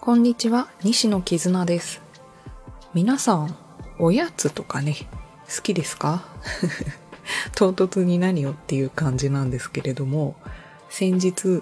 こんにちは、西野絆です。皆さん、おやつとかね、好きですか？唐突に何をっていう感じなんですけれども、先日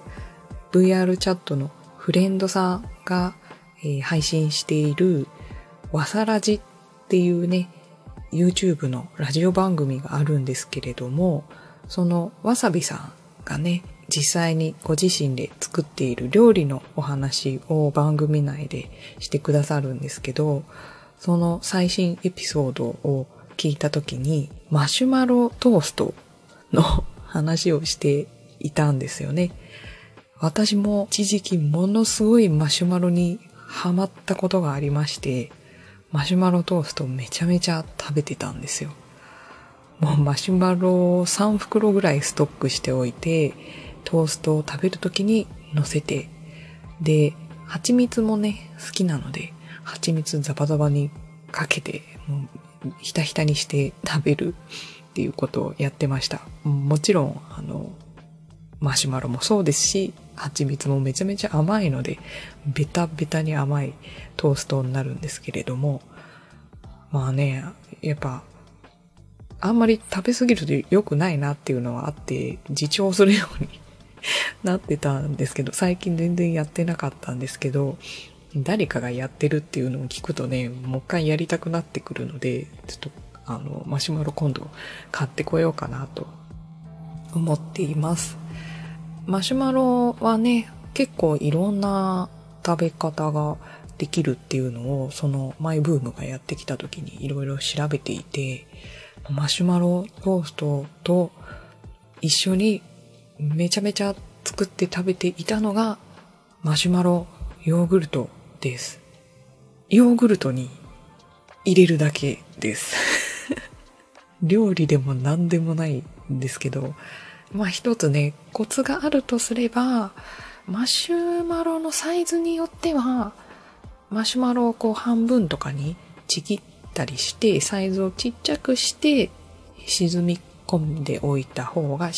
VR チャットのフレンドさんが、配信しているわさラジっていうね、YouTube のラジオ番組があるんですけれども、そのわさびさんがね、実際にご自身で作っている料理のお話を番組内でしてくださるんですけど、その最新エピソードを聞いたときにマシュマロトーストの話をしていたんですよね。私も一時期ものすごいマシュマロにハマったことがありまして、マシュマロトーストめちゃめちゃ食べてたんですよ。もうマシュマロを3袋ぐらいストックしておいて、トーストを食べるときに乗せて、で、蜂蜜もね、好きなので、蜂蜜ザバザバにかけて、もうひたひたにして食べるっていうことをやってました。もちろん、マシュマロもそうですし、蜂蜜もめちゃめちゃ甘いので、ベタベタに甘いトーストになるんですけれども、まあね、やっぱ、あんまり食べ過ぎると良くないなっていうのはあって、自重するようになってたんですけど、最近全然やってなかったんですけど、誰かがやってるっていうのを聞くとね、もう一回やりたくなってくるので、ちょっとマシュマロ今度買ってこようかなと思っています。マシュマロはね、結構いろんな食べ方ができるっていうのを、そのマイブームがやってきた時にいろいろ調べていて、マシュマロトーストと一緒にめちゃめちゃ作って食べていたのがマシュマロヨーグルトです。ヨーグルトに入れるだけです。料理でも何でもないんですけど、まあ一つね、コツがあるとすれば、マシュマロのサイズによっては、マシュマロをこう半分とかにちぎったりして、サイズをちっちゃくして、沈め込んでおいた方が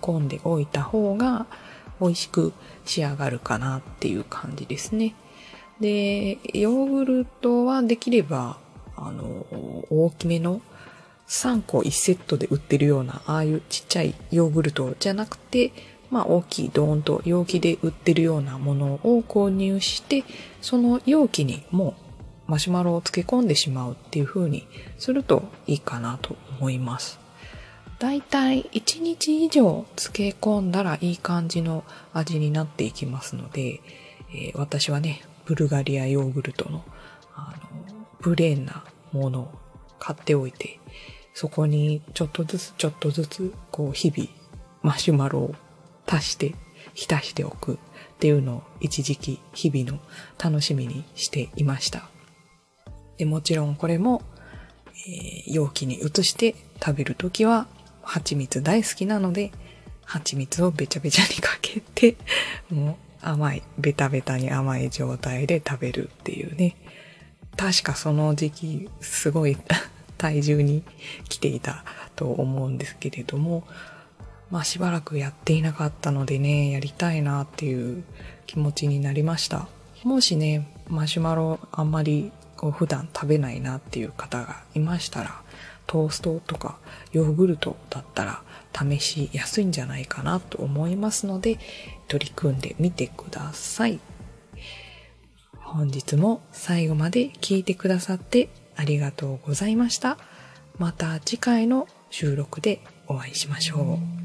美味しく仕上がるかなっていう感じですね。で、ヨーグルトはできれば、大きめの3個1セットで売ってるような、ああいうちっちゃいヨーグルトじゃなくて、まあ大きいドーンと容器で売ってるようなものを購入して、その容器にもうマシュマロを漬け込んでしまうっていう風にするといいかなと思います。だいたい1日以上漬け込んだらいい感じの味になっていきますので、私はね、ブルガリアヨーグルトの、プレーンなものを買っておいて、そこにちょっとずつ、こう日々マシュマロを足して浸しておくっていうのを一時期日々の楽しみにしていました。でもちろんこれも、容器に移して食べるときは蜂蜜大好きなので、蜂蜜をべちゃべちゃにかけて、もうベタベタに甘い状態で食べるっていうね。確かその時期、すごい体重に来ていたと思うんですけれども、まあしばらくやっていなかったのでね、やりたいなっていう気持ちになりました。もしね、マシュマロあんまりこう普段食べないなっていう方がいましたら、トーストとかヨーグルトだったら試しやすいんじゃないかなと思いますので、取り組んでみてください。本日も最後まで聞いてくださってありがとうございました。また次回の収録でお会いしましょう。